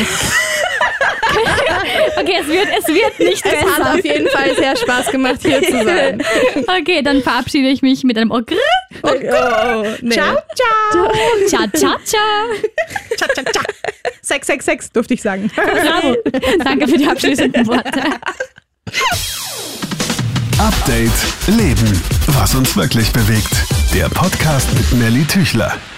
Okay, es wird nicht besser. Es hat auf jeden Fall sehr Spaß gemacht, hier zu sein. Okay, dann verabschiede ich mich mit einem Nee. Ciao, ciao. Ciao, ciao, ciao. Ciao, ciao, ciao. Sex, Sex, Sex, durfte ich sagen. Bravo. Danke für die abschließenden Worte. Update Leben. Was uns wirklich bewegt. Der Podcast mit Nelly Tüchler.